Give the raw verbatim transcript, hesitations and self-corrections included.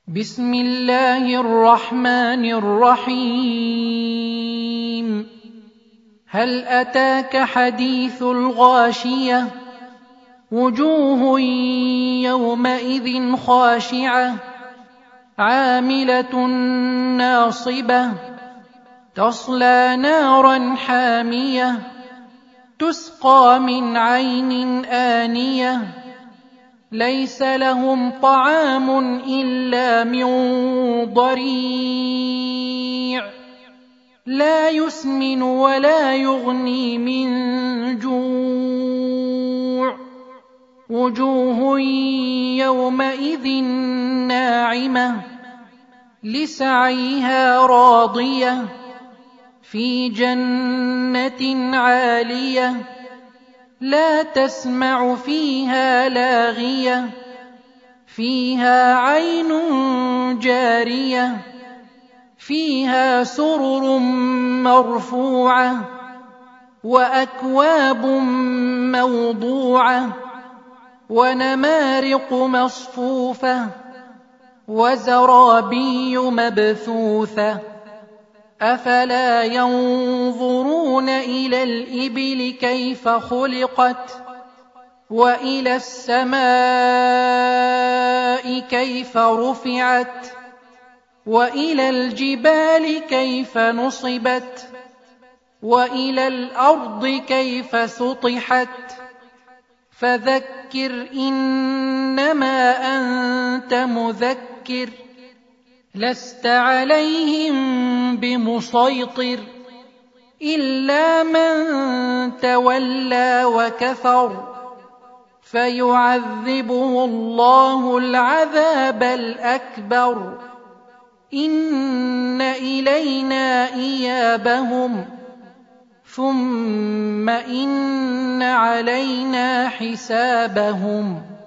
بسم الله الرحمن الرحيم هل أتاك حديث الغاشية وجوه يومئذ خاشعة عاملة ناصبة تصلى نارا حامية تسقى من عين آنية ليس لهم طعام إلا من ضريع لا يسمن ولا يغني من جوع وجوه يومئذ ناعمة لسعيها راضية في جنة عالية لا تسمع فيها لاغية فيها عين جارية فيها سرر مرفوعة وأكواب موضوعة ونمارق مصفوفة وزرابي مبثوثة أفلا ينظرون إلى الإبل كيف خلقت وإلى السماء كيف رفعت وإلى الجبال كيف نصبت وإلى الأرض كيف سطحت فذكر إنما أنت مذكر لست عليهم بمسيطر إلا من تولى وكفر فيعذبه الله العذاب الأكبر إن إلينا إيابهم ثم إن علينا حسابهم